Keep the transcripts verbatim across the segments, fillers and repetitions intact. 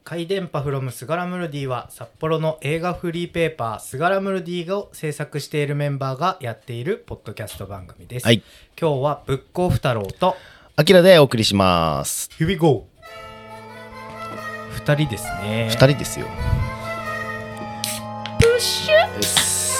回電波フロムスガラムルディは札幌の映画フリーペーパースガラムルディを制作しているメンバーがやっているポッドキャスト番組です、 はい、 今日はぶっこうふたろうとあきらでお送りします。 Here we go ふたりですね。 ふたりですよ。 プッシュです。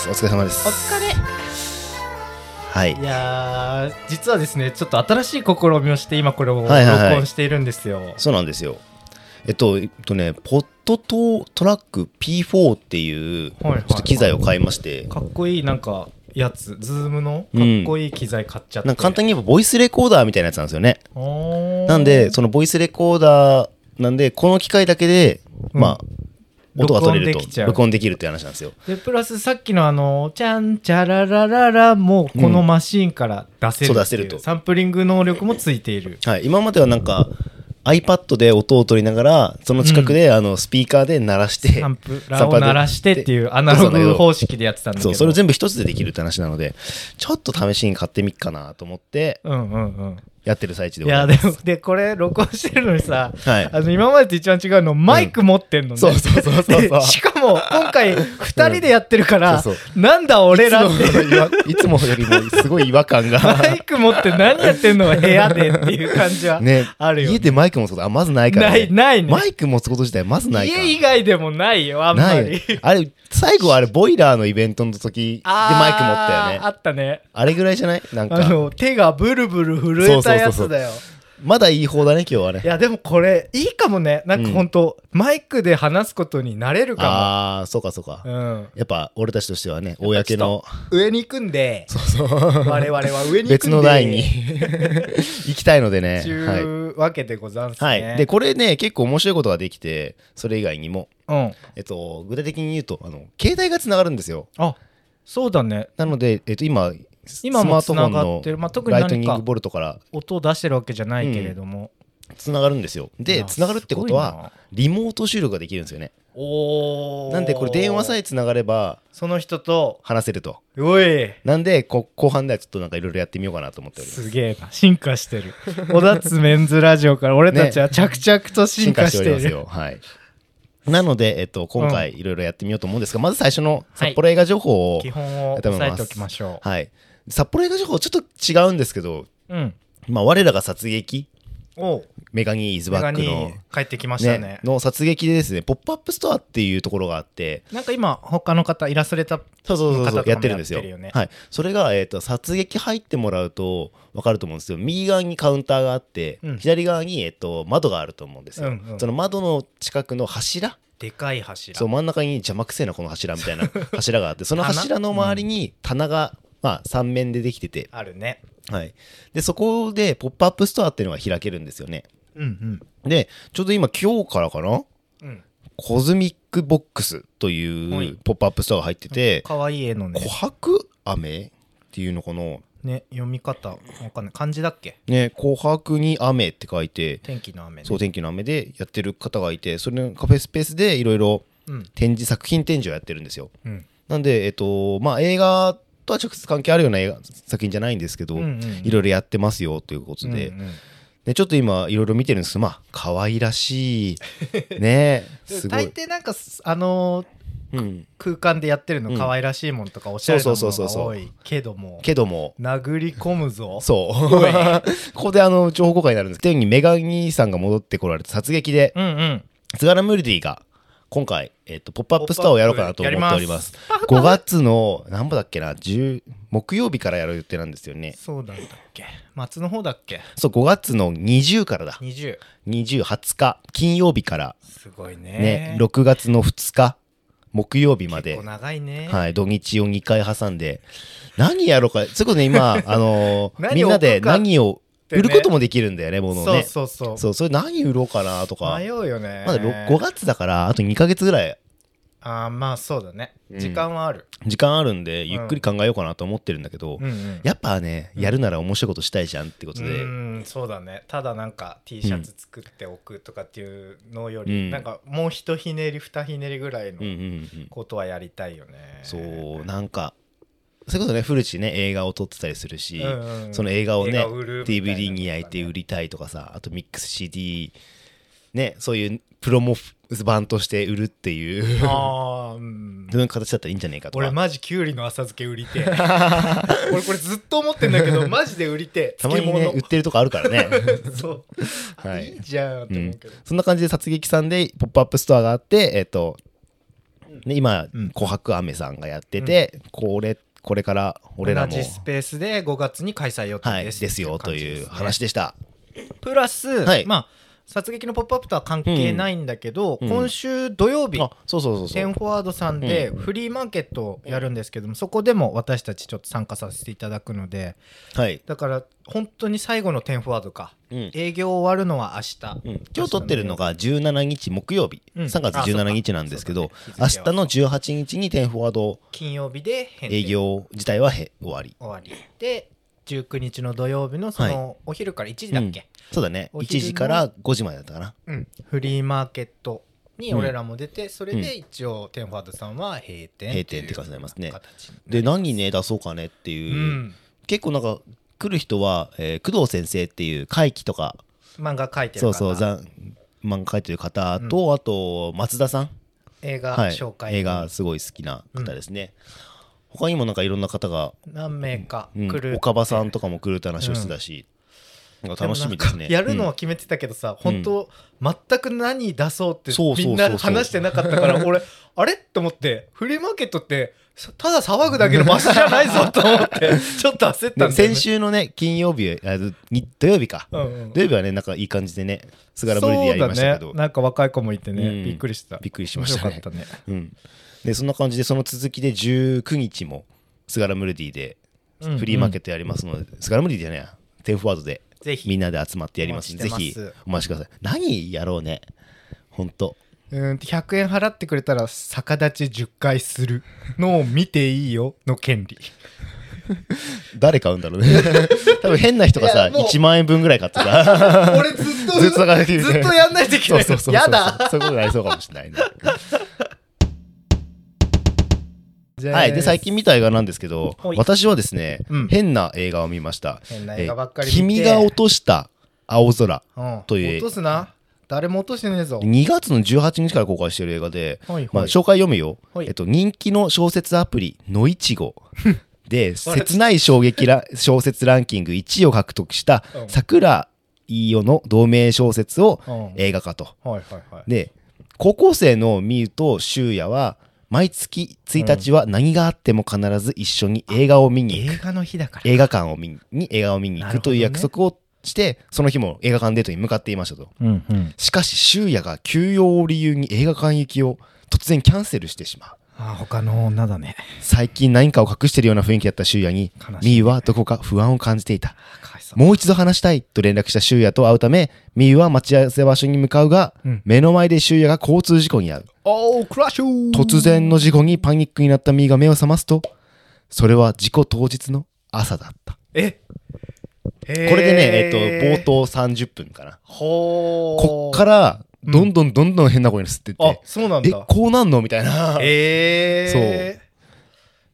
お疲れ様です。 お疲れ。 はい、 いやー実はですねちょっと新しい試みをして今これを録はいはいはい音しているんですよ。 そうなんですよ。えっと、えっとね、ポットトトラック ピーフォー っていうちょっと機材を買いまして、 かっこいいなんかやつ、ズームのかっこいい機材買っちゃって、 なんか簡単に言えばボイスレコーダーみたいなやつなんですよね。 おーなんでそのボイスレコーダーなんでこの機械だけで、 うんまあ音が取れると録音できちゃう録音できるっていう話なんですよ。 でプラスさっきのあのチャンチャララララもこのマシーンから出せるっていう、 うんそう出せるとサンプリング能力もついている。 はい、今まではなんか iPad で音を取りながらその近くであのスピーカーで鳴らしてサンプラーを鳴らしてっていうアナログ方式でやってたんだけど、 そうそれを全部一つでできるって話なのでちょっと試しに買ってみっかなと思ってうんうんうんやってる最中でいやございます。 でもでこれ録音してるのにさ、 はいあの今までと一番違うのマイク持ってんのね、 そうそうそうそうそうでしかも今回ふたりでやってるから、 うんそうそなんだ俺らっていつものいつもよりもすごい違和感がマイク持って何やってんの部屋でっていう感じはねあるよね。 家でマイク持つことあまずないから、ね、 ないないね。 マイク持つこと自体まずないから家以外でもないよあんまないり。 あれ最後あれボイラーのイベントの時でマイク持ったよね。 あーあったね。 あれぐらいじゃないなんかあの手がブルブル震えたやつだよ。 まだいい方だね今日はね。 いやでもこれいいかもね。なんかほんと、うん、マイクで話すことになれるかも。 ああそうかそうか、 うん、 やっぱ俺たちとしてはね公の上に行くんでそうそう我々は上に行くんで別の台に行きたいのでね。 というわけでござんすね。 はい、でこれね結構面白いことができてそれ以外にも、 うんえっと、具体的に言うとあの携帯がつながるんですよ。 あそうだね。 なので、えっと、今今もつながってる、まあ、特にライトニン何かグボルトから音を出してるわけじゃないけれども、 うん、つながるんですよ。でつながるってことはリモート収録ができるんですよね。 おーなんでこれ電話さえつながればその人と話せると。 おいなんでこ後半ではちょっとなんかいろいろやってみようかなと思っております。 すげえな進化してるおだつメンズラジオから俺たちは着々と進化している、 進化しておりますよ。はいなので、えっと、今回いろいろやってみようと思うんですが、うん、まず最初の札幌映画情報を、はい、 基本を押さえておきましょう。 はい、札幌映画情報ちょっと違うんですけど、 うんまあ、我らが殺撃おメガニーイズバックの帰ってきましたね、 ねの殺撃でですねポップアップストアっていうところがあってなんか今他の方イラストレーターそうそうそうそうやってるんね、 ですよ。はい、それが、えーと、殺撃入ってもらうと分かると思うんですよ。右側にカウンターがあって、うん、左側に、えーと、窓があると思うんですよ、うんうん、その窓の近くの柱でかい柱そう真ん中に邪魔くせえなこの柱みたいな柱があってその柱の周りに棚が、まあ、さん面でできててあるね、 はい、でそこでポップアップストアっていうのが開けるんですよね、 うんうん、 でちょうど今今日からかな、うん、コズミックボックスというポップアップストアが入っててかわいい絵のね琥珀飴っていうのかなね読み方わかんない漢字だっけね琥珀に雨って書いて天気の雨、ね、 そう天気の雨でやってる方がいてそれのカフェスペースでいろいろ展示作品展示をやってるんですよ、うん、なんでえっとまあ映画とは直接関係あるような映画作品じゃないんですけど、うんうんうん、いろいろやってますよということで、うんうんでちょっと今いろいろ見てるんですけどまあ可愛らしいねすごい大抵なんかあのーうん、空間でやってるの可愛らしいものとかおしゃれなものが多いけどもけども殴り込むぞそうここであの情報公開になるんですけどにメガニーさんが戻ってこられて殺撃で、うんうん、スガラムルディが今回、えーと、ポップアップストアをやろうかなと思っております。ごがつの何ぼだっけなじゅう木曜日からやる予定なんですよね。 そうなんだっけ末の方だっけそうごがつのにじゅうからだにじゅう、 にじゅう、はつか金曜日からすごい ね, ねろくがつのふつか木曜日まで結構長いね、 はい、土日をにかい挟んで何やろうかそういうことね今、あのー、みんなで何を売ることもできるんだよね、ものをね。 そうそうそう。 そう、それ何売ろうかなとか。 迷うよね。 まだごがつだからあとにかげつぐらい。 ああまあそうだね。時間はある。 うん、時間あるんでゆっくり考えようかなと思ってるんだけど、うんうん、やっぱねやるなら面白いことしたいじゃんってことで。 うんそうだね。ただなんか T シャツ作っておくとかっていうのより、うん、なんかもう一ひねり二ひねりぐらいのことはやりたいよね。 うんうんうん、そうなんか。そういうことね、フルチね映画を撮ってたりするし、うんうん、その映画をね ディーブイディー に焼いて売りたいとかさ、あとミックス シーディー ねそういうプロモバンとして売るっていうあ、うん、 そういう形だったらいいんじゃねえかとか。 俺マジキュウリの浅漬け売りて俺これずっと思ってんだけどマジで売りてたまにね売ってるとこあるからねそう、はい、いいじゃんって思うけど、うん、 そんな感じで殺撃さんでポップアップストアがあってえっ、ー、と、ね、今琥珀飴さんがやってて、うん、これこれから俺らも同じスペースでごがつに開催予定です、 はい、ですよという話でした。 プラス、はい、まあ殺撃のポップアップとは関係ないんだけど、うん、今週土曜日、うん、 そうそうそうそうテンフォワードさんでフリーマーケットをやるんですけども、うん、そこでも私たちちょっと参加させていただくので、はい、だから本当に最後のテンフォワードか、うん、営業終わるのは明日、うん、 今日撮ってるのがじゅうしちにち木曜日、うん、さんがつじゅうしちにちなんですけど、ね、明日のじゅうはちにちにテンフォワード金曜日で営業自体はへ終わり終わりでじゅうくにちの土曜日のそのお昼からいちじだっけ、 はい、うん、そうだねいちじからごじまでだったかな、 うん、フリーマーケットに俺らも出て、うん、それで一応テンフォワードさんは閉店閉店って感じになりますね。で何ね出そうかねっていう、うん、結構なんか来る人は、えー、工藤先生っていう怪奇とか漫画描いてる方そうそう漫画描いてる方と、うん、あと松田さん映画紹介、 はい、映画すごい好きな方ですね、うん、他にもなんかいろんな方が何名か来る、 うん、岡場さんとかも来るって話をしてたし、うん、なんか楽しみですね。 やるのは決めてたけどさ、うん、本当全く何出そうってみんな話してなかったから俺あれと思ってフリーマーケットってただ騒ぐだけの場所じゃないぞと思ってちょっと焦ったんだよね。 先週のね金曜日あ土曜日か、うんうん、土曜日はねなんかいい感じでねスガラブリでやりましたけど、 ね、なんか若い子もいてね、うん、びっくりしたびっくりしましたね。 面白かったね、 うん、でそんな感じでその続きでじゅうくにちもスガラムルディでフリーマーケットやりますので、うんうん、スガラムルディじゃねえテンフォワードでぜひみんなで集まってやりますのでぜひお待ちください。何やろうねほんとうんひゃくえん払ってくれたら逆立ちじゅっかいするのを見ていいよの権利誰買うんだろうね多分変な人がさいちまんえんぶんぐらい買ってさ俺ずっとずっとずっとやんないといけないやだそういうことになりそうかもしれないねはい、で最近見た映画なんですけど私はですね、うん、変な映画を見ました。 変な映画ばっかり見て君が落とした青空という、 うん、落とすな誰も落としてねえぞ。 にがつのじゅうはちにちから公開している映画で、はいはい、まあ、紹介読むよ、えっと、人気の小説アプリのいちごで切ない衝撃ラ小説ランキングいちいを獲得した桜井代の同名小説を映画化と、うんはいはいはい、で高校生のみゆとしゅうやは毎月ついたちは何があっても必ず一緒に映画を見に行く、 映画の日だから映画館を見に映画を見に行くという約束をしてその日も映画館デートに向かっていましたと、うんうん、しかし柊也が休養を理由に映画館行きを突然キャンセルしてしまう。 ああ他の女だね。 最近何かを隠しているような雰囲気だった柊也にみゆはどこか不安を感じていた。もう一度話したいと連絡した柊也と会うためみゆは待ち合わせ場所に向かうが、うん、目の前で柊也が交通事故に遭う。 おークラッシュ。 突然の事故にパニックになったみゆが目を覚ますとそれは事故当日の朝だった。 えこれでね、えっと、冒頭さんじゅっぷんかな。ほー。こっからどんどんどんどん変な声に吸ってって、うん、あ、 そうなんだ。 え、こうなんのみたいな。 えー、そう。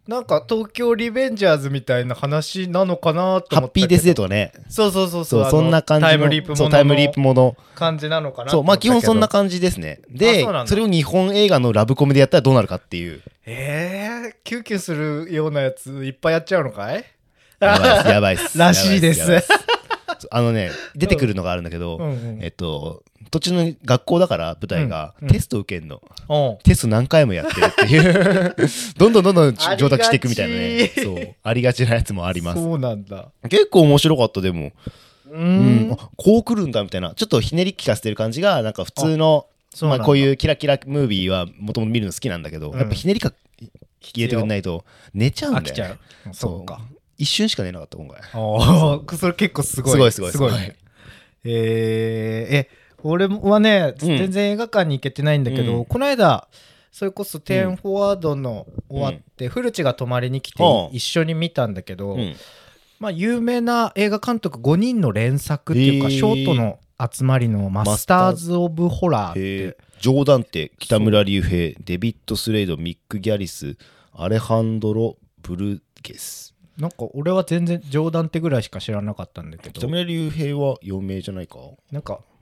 なんか東京リベンジャーズみたいな話なのかなと思ったけど。 ハッピーデスデーとかね。 そうそうそうそう。 そうそんな感じのタイムリープもののタイムリープもの感じなのかな。 そうまあ基本そんな感じですね。で そ, それを日本映画のラブコメでやったらどうなるかっていう。 えー、キュンキュンするようなやついっぱいやっちゃうのかい？ やばいっすやばいっすらしいです。 あのね出てくるのがあるんだけど、うんうん、えっと途中の学校だから舞台が、うんうん、テスト受けんの、うん、テスト何回もやってるっていうどんどんどんどん上達していくみたいなねそうありがちなやつもあります。 そうなんだ。 結構面白かったでもうん、うん、こう来るんだみたいなちょっとひねり聞かせてる感じがなんか普通のまあ、こういうキラキラムービーはもともと見るの好きなんだけど、うん、やっぱひねりか入れてくんないと寝ちゃうんだよね。飽きちゃう。そうか一瞬しか寝なかった今回。 ああそれ結構すごいすごいすごいすごい、 はい、えー、え俺はね、うん、全然映画館に行けてないんだけど、うん、この間それこそテンフォワードの終わって、うん、古地が泊まりに来て一緒に見たんだけど、うん、まあ有名な映画監督ごにんの連作っていうか、えー、ショートの集まりのマスターズ・オブ・ホラーって、えー、 ジョーダンテ、北村隆平、デビッド・スレイド、ミック・ギャリス、アレハンドロ・ブルゲス。 なんか俺は全然ジョーダンテぐらいしか知らなかったんだけど、 北村隆平は有名じゃないか。 なんか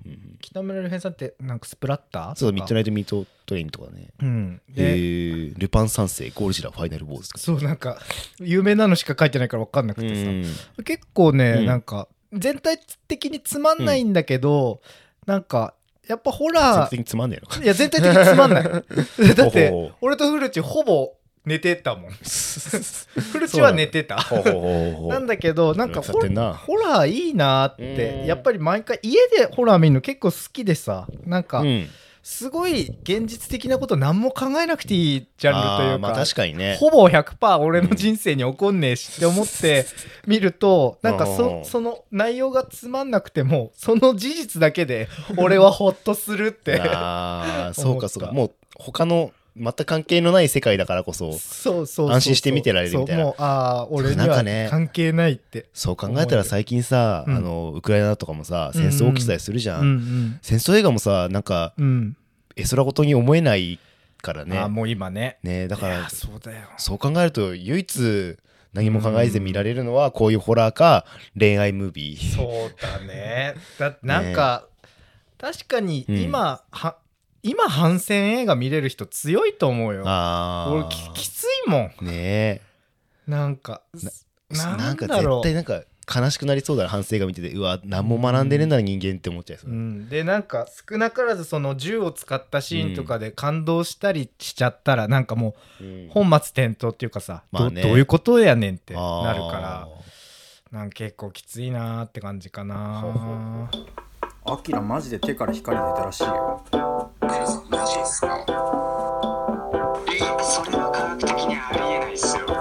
うん、 北村竜兵さんってなんかスプラッターとかそうミッドナイトミートトレインとかね、 うん、 で、えー、ルパン三世ゴールジラファイナルボーズとかそうなんか有名なのしか書いてないから分かんなくてさ、うん、結構ね、うん、なんか全体的につまんないんだけど、うん、なんかやっぱホラー全体的につまんねえのかいや全体的につまんないだって俺とフルチほぼ寝てたもんフルチは寝てたなんだけどなんかホホラーいいなってやっぱり毎回家でホラー見るの結構好きでさなんか、うんすごい現実的なこと何も考えなくていいジャンルというか、 まあ確かにね、 ほぼ ひゃくパーセント 俺の人生に起こんねえしって思って見ると、なんか そ, その内容がつまんなくてもその事実だけで俺はホッとするってああそうかそうかもう他の全く関係のない世界だからこそ安心して見てられるみたいな。 もうあ俺には関係ないって、 そう考えたら最近さ、うん、あのウクライナとかもさ戦争起きたりするじゃん、うんうん、戦争映画もさなんか、うん、絵空事に思えないからね。 あもう今ねねだからそうだよそう考えると唯一何も考えず見られるのはこういうホラーか恋愛ムービー。 そうだねだなんか、ね、確かに今、うん、は今反戦映画見れる人強いと思うよ。あ俺 き, きついもんねえなんかな, なんか絶対なんか悲しくなりそうだな反省映画見ててうわ何も学んでねえんだな人間って思っちゃいそう、うん、 でなんか少なからずその銃を使ったシーンとかで感動したりしちゃったら、うん、なんかもう本末転倒っていうかさ、まあね、ど, どういうことやねんってなるからなんか結構きついなーって感じかな。 アキラマジで手から光出たらしいよ。 アキラさんマジっすか？え、それは科学的にありえないっすよ。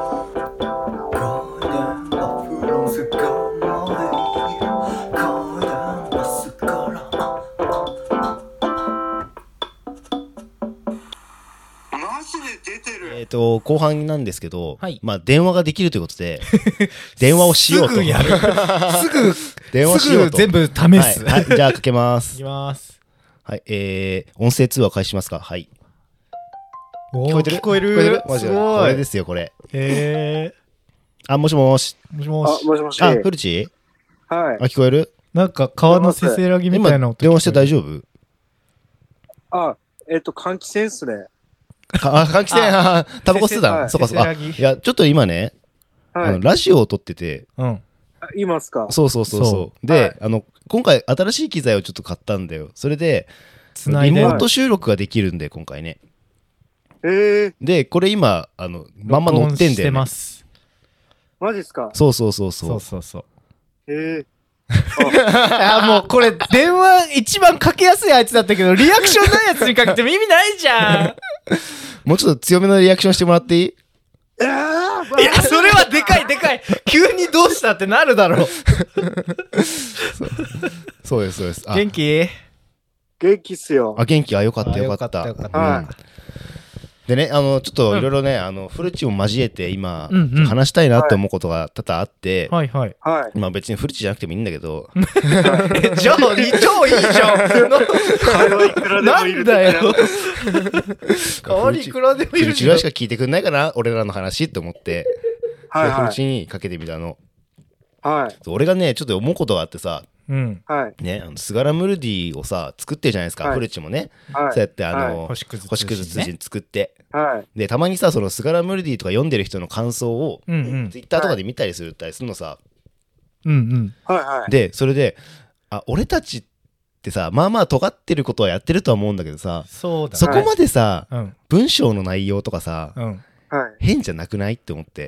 えーと後半なんですけど、はい、まあ電話ができるということで電話をしようとすぐやるすぐ電話しようとすぐ全部試す、 はいはい、じゃあかけますいきますはいえー、音声通話開始しますか。はい聞こえてる聞こえる聞こえるすごいこれですよこれへーあもしもしもしもしあもしもしあフルチはいあ聞こえるなんか川のせせらぎみたいな音電話して大丈夫あえっ、ー、と換気扇っすねあ換気扇あタバコ吸ってたそうかそうかいやちょっと今ね、はい、あのラジオを撮っててうんいますかそうそうそうそうで、はい、あの今回新しい機材をちょっと買ったんだよ。それでリモート収録ができるんで今回ねえー、 でこれ今あのまんま乗ってんだよね。 マジっすか？ そうそうそうそうそうそうそうえーあもうこれ電話一番かけやすいあいつだったけどリアクションないやつにかけても意味ないじゃんもうちょっと強めのリアクションしてもらっていい？ いやそれはでかいでかい急にどうしたってなるだろうそうそうですそうです。 元気？ 元気っすよ。 あ元気あよかったよかった。 よかったはいでね、あのちょっといろいろね、うん、あのフルチを交えて今、うんうん、話したいなって思うことが多々あって、 はいはいはい、 まあ別にフルチじゃなくてもいいんだけど、 えじゃあ超いいじゃん。なんだよ。代わりいくらでもいるフルチぐらいしか聞いてくんないかな、俺らの話って思って、はいはい、フルチにかけてみたの。 はい。 俺がねちょっと思うことがあってさ。 うんはいね、あのスガラムルディをさ作ってるじゃないですか、はい、フルチもね、はい、そうやってあの、はい、星屑通信作って、 はい、 でたまにさそのスガラムルディとか読んでる人の感想を、うんうん、ツイッターとかで見たりするったりするのさ、 うんうんはいはい、 でそれであ俺たちってさまあまあ尖ってることはやってるとは思うんだけどさそうだ、ね、 そこまでさ、 はい、 文章の内容とかさ、 うん、 変じゃなくないって思って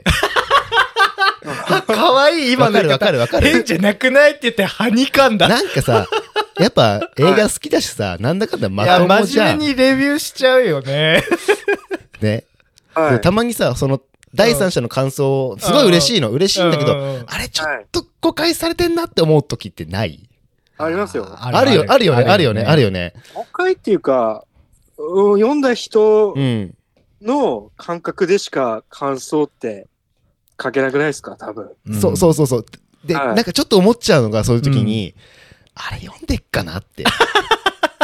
かわいい今の言い方。 わかるわかる。 変じゃなくないって言ってはにかんだ。 なんかさ、やっぱ映画好きだしさ、はい、なんだかんだまともじゃん。 いや真面目にレビューしちゃうよね。 ね、 はい、 たまにさその第三者の感想すごい嬉しいの嬉しいんだけど、あれちょっと誤解されてんなって思う時ってない？ ありますよ。 あるよあるよねあるよねあるよね。 誤解っていうか、うん、読んだ人の感覚でしか感想って書けなくないですか多分、 うん、そうそうそうそうで、はい、なんかちょっと思っちゃうのがそういう時に、うん、あれ読んでっかなって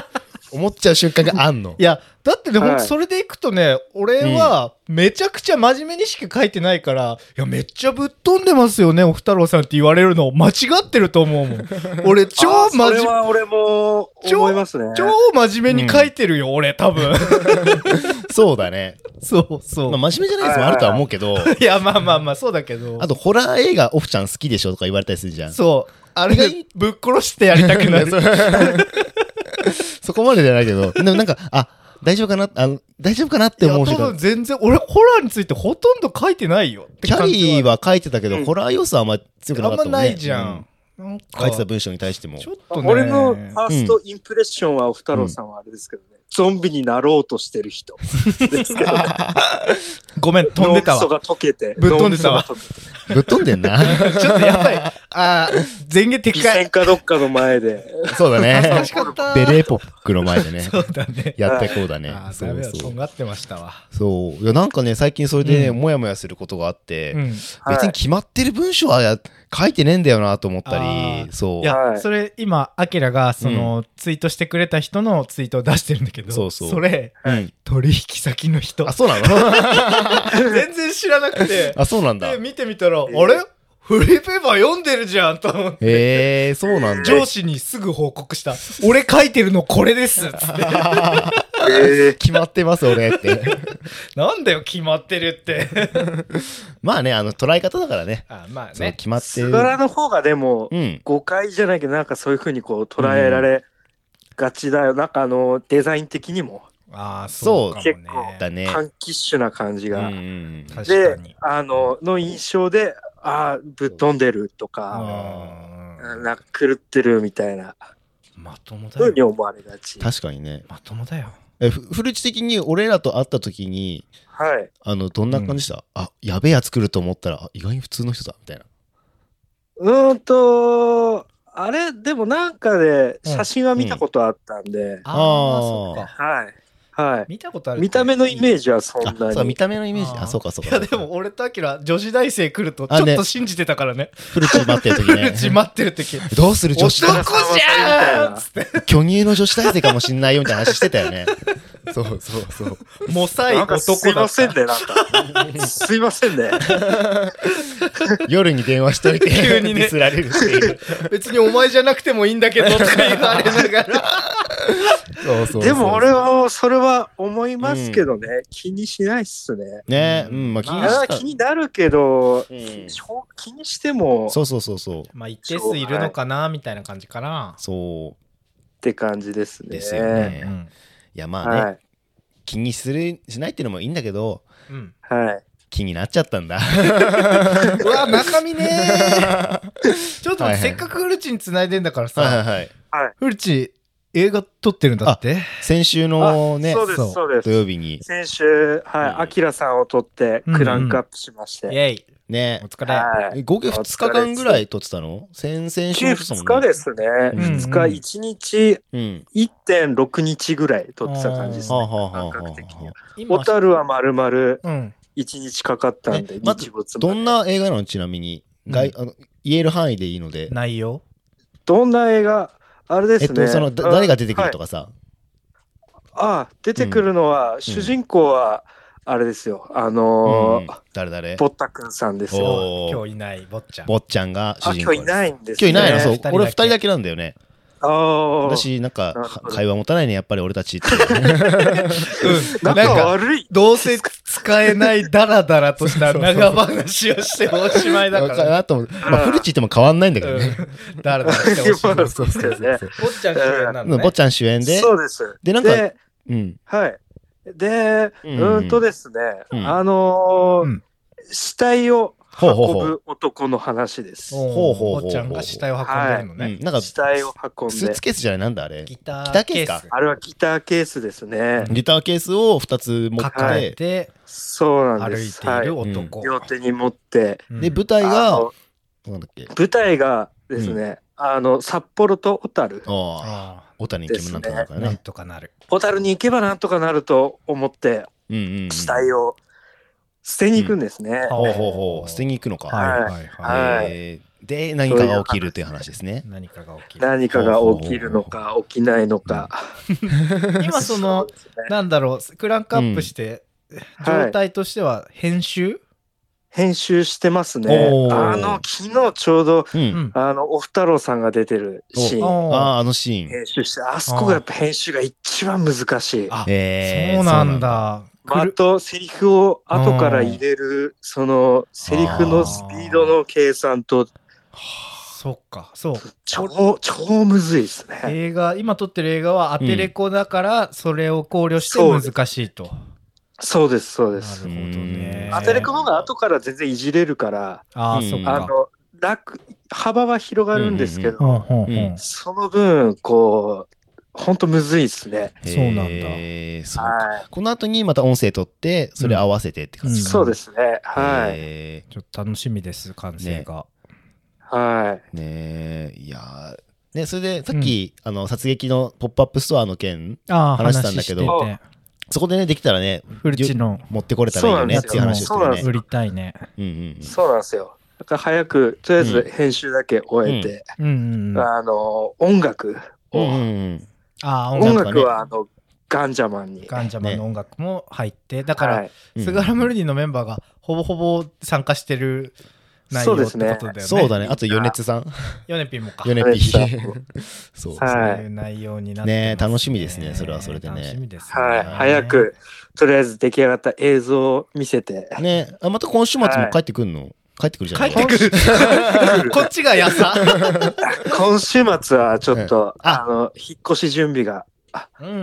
思っちゃう瞬間があんの。 いやだってね、 はいほんとそれでいくとね俺はめちゃくちゃ真面目にしか書いてないから、いやめっちゃぶっ飛んでますよねおふたろうさんって言われるの間違ってると思うもん俺超あーそ真面目れは俺も思いますね。 超真面目に書いてるよ、うん、俺多分そうだね。 そうそう、 まあ、真面目じゃないやつもあるとは思うけどいやまあまあまあそうだけど、 あとホラー映画オフちゃん好きでしょとか言われたりするじゃん。 そうあれがぶっ殺してやりたくなるそこまでじゃないけど、でもなんかあ大丈夫かなあの大丈夫かなって思ういや瞬間。 多分全然俺ホラーについてほとんど書いてないよってキャ感じリーは書いてたけど、 うんホラー要素はあんま強くなかったもんね。 あんまないじゃん、 うなんか書いてた文章に対しても。 ちょっとね俺のファーストインプレッションはおふたろうさんはあれですけどね、ゾンビになろうとしてる人ですけど、ね、 ごめん飛んでたわ脳みそが溶けてぶっ飛んでたわ脳みそが溶けてぶっ飛んでんな。 ちょっとやばいあー前言撤備回線かどっかの前でそうだね楽しかったベレーポックの前でねそうだねやってこうだね。 あーダメだそうそうとんがってましたわそういやなんかね最近それでね、 うんもやもやすることがあって、 うん別に決まってる文章はや書いてねえんだよなと思ったあり。 ーそういや、 はいそれ今アキラがその、ツイートしてくれた人のツイートを出してるんだけど、 そうそうれうん、 取引先の人あそうなの全然知らなくてあそうなんだ。 で見てみたら、あれフリーペーパー読んでるじゃんと思ってへえー、そうなんだ。 上司にすぐ報告した俺書いてるのこれですっつってえ決まってます俺ってなんだよ決まってるってまあねあの捉え方だからね。 あまあそうね決まってる。 すがらの方がでもうん誤解じゃないけどなんかそういうふうにこう捉えられがちだよ、なんかあのデザイン的にもああそうかもね結構だね。 パンキッシュな感じうんうが、 ん確かでにあのの印象でああぶっ飛んでるとか、 あなんか狂ってるみたいなーまともだふうによ思われがち。 確かにね。 まともだよえふ古地的に俺らと会った時にはい。 あのどんな感じでした、あやべえやつ来ると思ったらあ意外に普通の人だみたいな。 うーんとあれでもなんかで写真は見たことあったんで、 ああーあそっかはいはい。 見たことある見た目のイメージジはそんあなに。 そう見た目のイメージあーあそうかそういか。 やでも俺とアキラ女子大生来るとちあねょっと信じてたからね古地待ってる時ねちまってる時どうする女子男じゃんっつって巨乳の女子大生かもしんないよみたいな話してたよね。そうそうそう。 モサイなんかすい男だったませんね、なんか。すいませんね。 夜に電話しといて急にねディスられるっていう。 別にお前じゃなくてもいいんだけどとか言われながらそうそうそうでも俺はそれは思いますけどね、気にしないっすね。 ねうんまあ気にしたあ気になるけど、 うんしょ気にしてもっそうそうそうそうまあ一定数いるのかなみたいな感じかなそうて感じですね。 ですよね。 うんいやまあね、 はい。 気にするしないっていうのもいいんだけどうんはい。 気になっちゃったんだ。 うわ中身ねーちょっと待って、 はいはいせっかくフルチに繋いでんだからさ、 はいはいはい。 フルチ映画撮ってるんだって先週のねそうです、 そうそうです。 土曜日に先週、はい、 うんアキラさんを撮ってクランクアップしまして。 イェイねお疲れ、 はい。 合計ふつかかんぐらい撮ってたの？先々週計も撮ってたもんふつかですね。 うんふつか、いちにちうん。 いってんろくにちぐらい撮ってた感じですね。 はあはあはあは感覚的には。 あ。 今小樽は丸々 うんいちにちかかったんで、 えまず日没までどんな映画なのちなみに、 うん外あの言える範囲でいいので。 内容どんな映画あれですね。 えっとそのだ誰が出てくるとか。 かさ。 ああ、出てくるのは、主人公は、あれですよ。あのーうん誰誰？ ボッタくんさんですよ。 おー今日いない坊ちゃん坊ちゃんが主あ、 人公です。 今日いないんですね。 今日いないの？そう二人だけ俺ふたりだけなんだよね。 ああ。 私なんかなるほど会話持たないねやっぱり俺たちって。 うん仲悪い。 どうせ使えないダラダラとした長話をしておしまいだか、 からなと思う。まあフルチっても変わんないんだけどね。 うん、ダラダラしておしまいまあそうですよね。 坊ちゃん主演なのねうん坊ちゃん主演で。 そうです。 でなんかでうん。 はい。で、 ううんんとですね、 うんあのーうん死体をほうほうほう運ぶ男の話です。 ほうほうほう坊ちゃんが死体を運んでるのね、 うんなんか死体を運んでスーツ。ケースじゃないなんだあれ。 ギターギターケースかあれはギターケースですね。 ギターケースをふたつ持っ抱えて、 てそうなん歩いです。 ているはい男、 両手に持って、 うんで舞台あがのなんだっけ。 舞台がですね、あの札幌と小樽。 ああ、 あ小谷に行けばなんとかなるかあなんらね。 とかなる小樽に行けばなんとかなると思ってうんうんうん。 死体を捨てに行くんですね。 うんほうほうほう捨てに行くのか。 はいはいはいはい、 はいえーで何かが起きるという話ですね。 何かが起きる。 何かが起きるのか起きないのか。 今そのなんだろうクランクアップして状態としては編集編集してますね。あの昨日ちょうど、うん、あのおふたろうさんが出てるシーン、 ああのシーン編集して、あそこがやっぱ編集が一番難しい。 あ、えー、そうなんだ。 あとセリフを後から入れるそのセリフのスピードの計算と、 そっか、そう超超むずいですね。 映画今撮ってる映画はアテレコだから、それを考慮して難しいと。 そうですそうです。 なるほどね。 アテレコの方が後から全然いじれるから、 ああ、そっか。 あの楽幅は広がるんですけど、うんうんうんうん、その分こう本当むずいですね。 そうなんだ。 そうか。この後にまた音声取ってそれ合わせてって感じ、 うん、そうですね。はい。 ちょっと楽しみです完成が。 ね、はい。 ねえいやねそれでさっき、うん、あの殺撃のポップアップストアの件話したんだけど。そこでねできたらねフルチの持ってこれたらいいよねっていう話ですよね。 売りたいね。 うんうんうん、 そうなんですよ。だから早くとりあえず編集だけ終えて、うんうんうん、あの音楽を、うんうん、あ音楽はあのガンジャマンにガンジャマンの音楽も入って、ね、だから、はい、スガラムルディのメンバーがほぼほぼ参加してる内容ってことだよね。 そうだね。あとヨネツさん。 ヨネピンもか。 ヨネピン。そう。 そういう内容になってね。楽しみですね。それはそれでね。 楽しみですね。 はい。早くとりあえず出来上がった映像を見せて。 ね。あまた今週末も帰ってくるの？帰ってくるじゃない。 帰ってくる。こっちがやさ。 今週末はちょっとあの引っ越し準備が。 うんうんうん。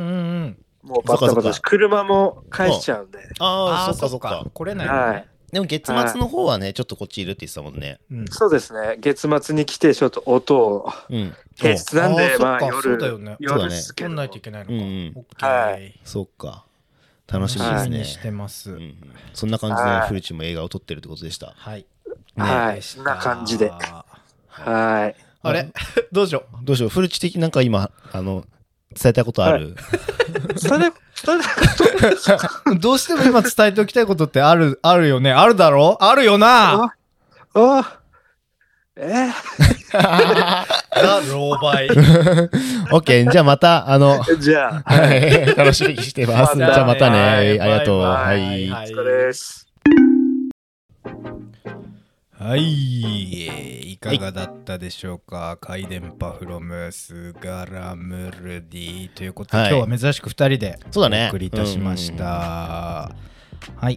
もうバタバタし車も返しちゃうんで。 ああ、そっかそっか。 来れない。 はい。 でも月末の方はね、ちょっとこっちいるって言ってたもんね。 うん、そうですね。月末に来てちょっと音を、うん、平日なんでまあ夜そうだよね。 夜ですけど。 撮んないといけないのか。うんうん、 はい。 そっか。楽しみですね。 してます。 うん、そんな感じでフルチも映画を撮ってるってことでした。 はい。 ね、はい。そんな感じで。はい。 あれどうしよう。 どうしよう。フルチ的なんか今あの伝えたいことある？ 伝え伝えどうしても今伝えておきたいことってあるあるよね。あるだろ？あるよな。 ああえー、 ザ・ローバイ。 オッケー、じゃあまたあのじゃあ、 はい、楽しみにしてます。じゃあまたね。はい、ありがとう。はい。 お疲れです。 はい、いかがだったでしょうか。はい、回電波フロムスガラムルディということで、はい、今日は珍しくふたりでお送りいたしました。はい、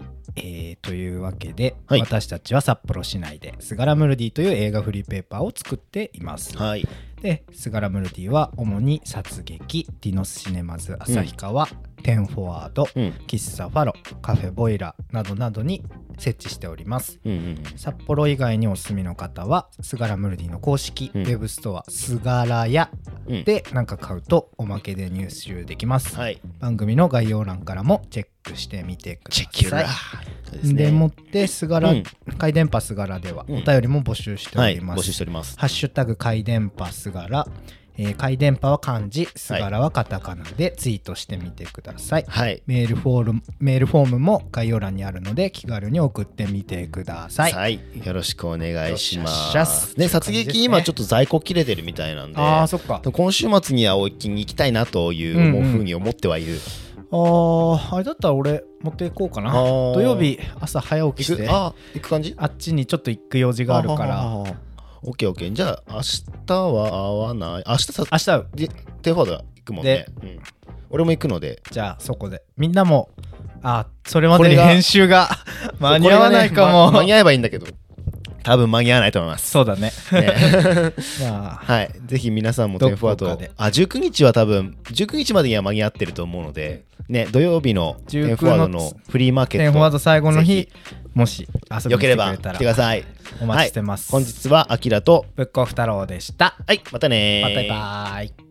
えー、というわけで、はい、私たちは札幌市内でスガラムルディという映画フリーペーパーを作っています。 はい、 でスガラムルディは主に殺撃、ディノスシネマズ旭川、うん、テンフォワード、うん、喫茶ファロ、カフェボイラなどなどに設置しております、うんうん、札幌以外にお住みの方はスガラムルディの公式ウェブストア、うん、スガラヤで何か買うとおまけで入手できます、はい、番組の概要欄からもチェックしてみてください。チェックで, でもってスガラ、うん、回電波スガラではお便りも募集しております、 はい、募集しております。 ハッシュタグ回電波スガラ、えー、回電波は漢字、スガラはカタカナでツイートしてみてください、はい、メールフォーム、メールフォームも概要欄にあるので気軽に送ってみてください。 はい、よろしくお願いしますね。殺撃今ちょっと在庫切れてるみたいなんで、 あーそっか、 今週末にはお気に行きたいなという、うんうん、ふうに思ってはいる。 ああ、あれだったら俺持っていこうかな。土曜日朝早起きしてあ行く感じ、 あっちにちょっと行く用事があるから。 オッケーオッケー。じゃあ明日は会わない。明日さ明日テーフォード行くもんね、うん、俺も行くので、 じゃあそこでみんなも、あそれまでに編集が間に合わないかも、 ね、ま、間に合えばいいんだけど多分間に合わないと思います。 そうだね。 ねまあ、はい。ぜひ皆さんもテンフォワード、あ、じゅうくにちは多分じゅうくにちまでには間に合ってると思うので、ね、土曜日のテンフォワードのフリーマーケット、 テンフォワード最後の日、もし遊びに来てくれたら、よければ来てください。 お待ちしてます。 はい、本日はアキラとブックオフ太郎でした。 はい、またねー。 バイバイ。